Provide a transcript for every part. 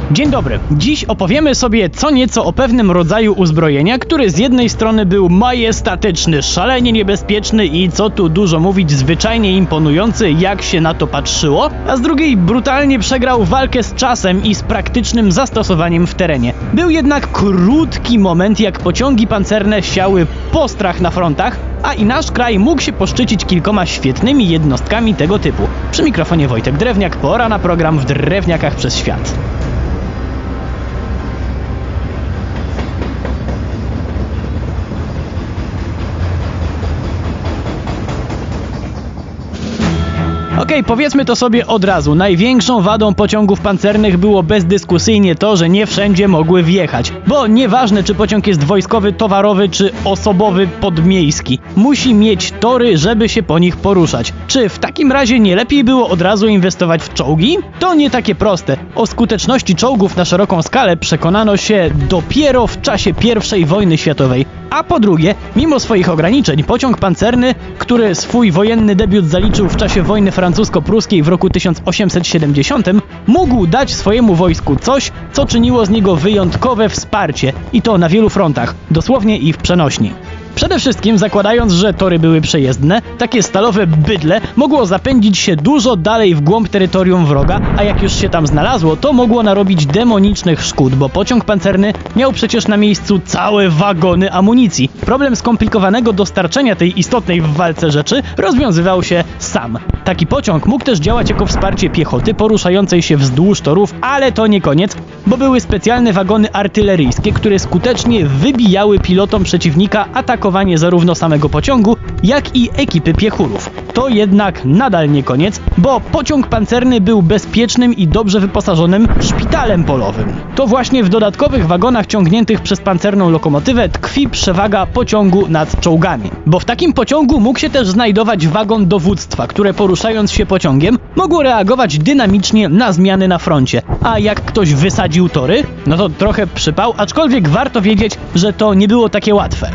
Dzień dobry. Dziś opowiemy sobie co nieco o pewnym rodzaju uzbrojenia, który z jednej strony był majestatyczny, szalenie niebezpieczny i co tu dużo mówić, zwyczajnie imponujący, jak się na to patrzyło, a z drugiej brutalnie przegrał walkę z czasem i z praktycznym zastosowaniem w terenie. Był jednak krótki moment, jak pociągi pancerne siały postrach na frontach, a i nasz kraj mógł się poszczycić kilkoma świetnymi jednostkami tego typu. Przy mikrofonie Wojtek Drewniak, pora na program W Drewniakach przez świat. Okej, powiedzmy to sobie od razu. Największą wadą pociągów pancernych było bezdyskusyjnie to, że nie wszędzie mogły wjechać. Bo nieważne, czy pociąg jest wojskowy, towarowy czy osobowy, podmiejski. Musi mieć tory, żeby się po nich poruszać. Czy w takim razie nie lepiej było od razu inwestować w czołgi? To nie takie proste. O skuteczności czołgów na szeroką skalę przekonano się dopiero w czasie I wojny światowej. A po drugie, mimo swoich ograniczeń, pociąg pancerny, który swój wojenny debiut zaliczył w czasie wojny francusko-pruskiej w roku 1870, mógł dać swojemu wojsku coś, co czyniło z niego wyjątkowe wsparcie. I to na wielu frontach, dosłownie i w przenośni. Przede wszystkim zakładając, że tory były przejezdne, takie stalowe bydle mogło zapędzić się dużo dalej w głąb terytorium wroga, a jak już się tam znalazło, to mogło narobić demonicznych szkód, bo pociąg pancerny miał przecież na miejscu całe wagony amunicji. Problem skomplikowanego dostarczenia tej istotnej w walce rzeczy rozwiązywał się sam. Taki pociąg mógł też działać jako wsparcie piechoty poruszającej się wzdłuż torów, ale to nie koniec, bo były specjalne wagony artyleryjskie, które skutecznie wybijały pilotom przeciwnika atakowanie zarówno samego pociągu, jak i ekipy piechurów. To jednak nadal nie koniec, bo pociąg pancerny był bezpiecznym i dobrze wyposażonym szpitalem polowym. To właśnie w dodatkowych wagonach ciągniętych przez pancerną lokomotywę tkwi przewaga pociągu nad czołgami. Bo w takim pociągu mógł się też znajdować wagon dowództwa, które poruszając się pociągiem mogło reagować dynamicznie na zmiany na froncie. A jak ktoś wysadził tory, no to trochę przypał, aczkolwiek warto wiedzieć, że to nie było takie łatwe.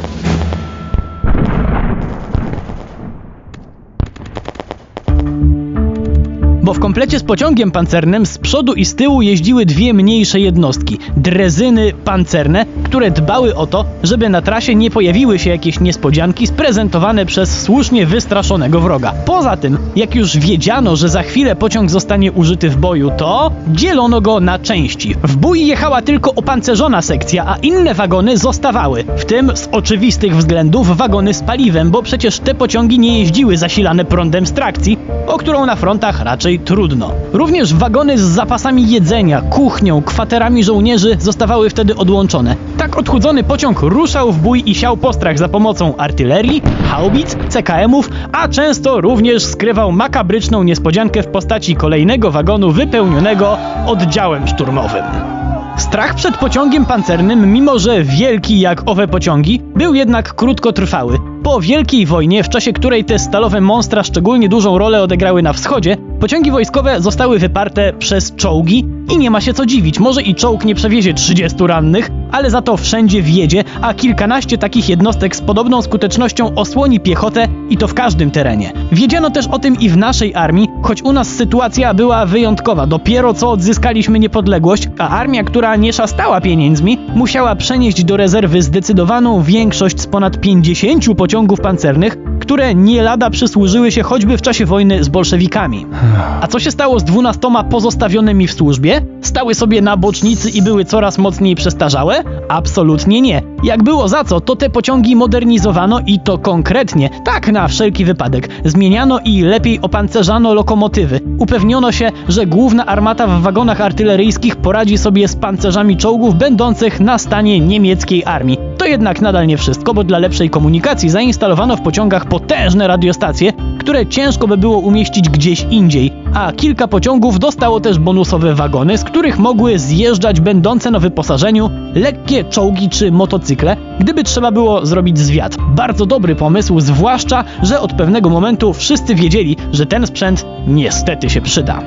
Bo w komplecie z pociągiem pancernym z przodu i z tyłu jeździły dwie mniejsze jednostki, drezyny pancerne, które dbały o to, żeby na trasie nie pojawiły się jakieś niespodzianki sprezentowane przez słusznie wystraszonego wroga. Poza tym, jak już wiedziano, że za chwilę pociąg zostanie użyty w boju, to dzielono go na części. W bój jechała tylko opancerzona sekcja, a inne wagony zostawały, w tym z oczywistych względów wagony z paliwem, bo przecież te pociągi nie jeździły zasilane prądem z trakcji, o którą na frontach raczej trudno. Również wagony z zapasami jedzenia, kuchnią, kwaterami żołnierzy zostawały wtedy odłączone. Tak odchudzony pociąg ruszał w bój i siał postrach za pomocą artylerii, haubic, CKM-ów, a często również skrywał makabryczną niespodziankę w postaci kolejnego wagonu wypełnionego oddziałem szturmowym. Strach przed pociągiem pancernym, mimo że wielki jak owe pociągi, był jednak krótkotrwały. Po Wielkiej Wojnie, w czasie której te stalowe monstra szczególnie dużą rolę odegrały na wschodzie, pociągi wojskowe zostały wyparte przez czołgi i nie ma się co dziwić, może i czołg nie przewiezie 30 rannych, ale za to wszędzie wjedzie, a kilkanaście takich jednostek z podobną skutecznością osłoni piechotę i to w każdym terenie. Wiedziano też o tym i w naszej armii, choć u nas sytuacja była wyjątkowa. Dopiero co odzyskaliśmy niepodległość, a armia, która nie szastała pieniędzmi, musiała przenieść do rezerwy zdecydowaną większość z ponad 50 pociągów pancernych, które nie lada przysłużyły się choćby w czasie wojny z bolszewikami. A co się stało z 12 pozostawionymi w służbie? Stały sobie na bocznicy i były coraz mocniej przestarzałe? Absolutnie nie. Jak było za co, to te pociągi modernizowano i to konkretnie, tak na wszelki wypadek. Zmieniano i lepiej opancerzano lokomotywy. Upewniono się, że główna armata w wagonach artyleryjskich poradzi sobie z pancerzami czołgów będących na stanie niemieckiej armii. To jednak nadal nie wszystko, bo dla lepszej komunikacji zainstalowano w pociągach potężne radiostacje, które ciężko by było umieścić gdzieś indziej, a kilka pociągów dostało też bonusowe wagony, z których mogły zjeżdżać będące na wyposażeniu lekkie czołgi czy motocykle, gdyby trzeba było zrobić zwiat. Bardzo dobry pomysł, zwłaszcza, że od pewnego momentu wszyscy wiedzieli, że ten sprzęt niestety się przyda.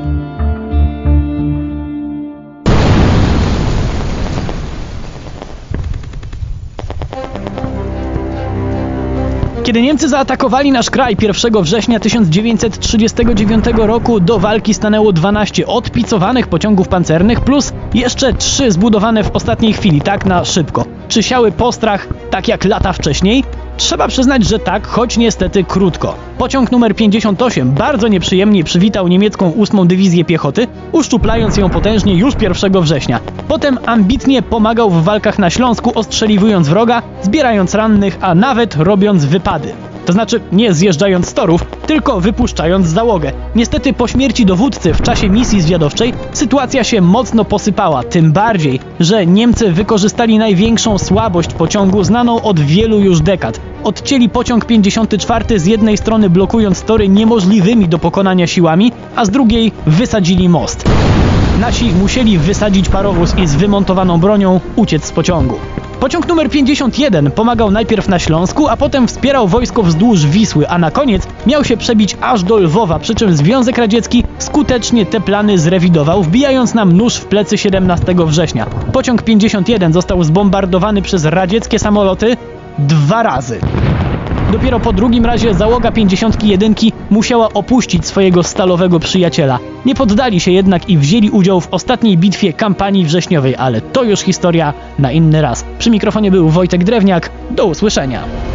Kiedy Niemcy zaatakowali nasz kraj 1 września 1939 roku, do walki stanęło 12 odpicowanych pociągów pancernych plus jeszcze 3 zbudowane w ostatniej chwili, tak na szybko. Czy siały postrach, tak jak lata wcześniej? Trzeba przyznać, że tak, choć niestety krótko. Pociąg numer 58 bardzo nieprzyjemnie przywitał niemiecką 8. Dywizję Piechoty, uszczuplając ją potężnie już 1 września. Potem ambitnie pomagał w walkach na Śląsku, ostrzeliwując wroga, zbierając rannych, a nawet robiąc wypady. To znaczy nie zjeżdżając z torów, tylko wypuszczając załogę. Niestety po śmierci dowódcy w czasie misji zwiadowczej sytuacja się mocno posypała, tym bardziej, że Niemcy wykorzystali największą słabość pociągu znaną od wielu już dekad. Odcięli pociąg 54 z jednej strony blokując tory niemożliwymi do pokonania siłami, a z drugiej wysadzili most. Nasi musieli wysadzić parowóz i z wymontowaną bronią uciec z pociągu. Pociąg numer 51 pomagał najpierw na Śląsku, a potem wspierał wojsko wzdłuż Wisły, a na koniec miał się przebić aż do Lwowa, przy czym Związek Radziecki skutecznie te plany zrewidował, wbijając nam nóż w plecy 17 września. Pociąg 51 został zbombardowany przez radzieckie samoloty 2 razy. Dopiero po drugim razie załoga 51 musiała opuścić swojego stalowego przyjaciela. Nie poddali się jednak i wzięli udział w ostatniej bitwie kampanii wrześniowej, ale to już historia na inny raz. Przy mikrofonie był Wojtek Drewniak. Do usłyszenia.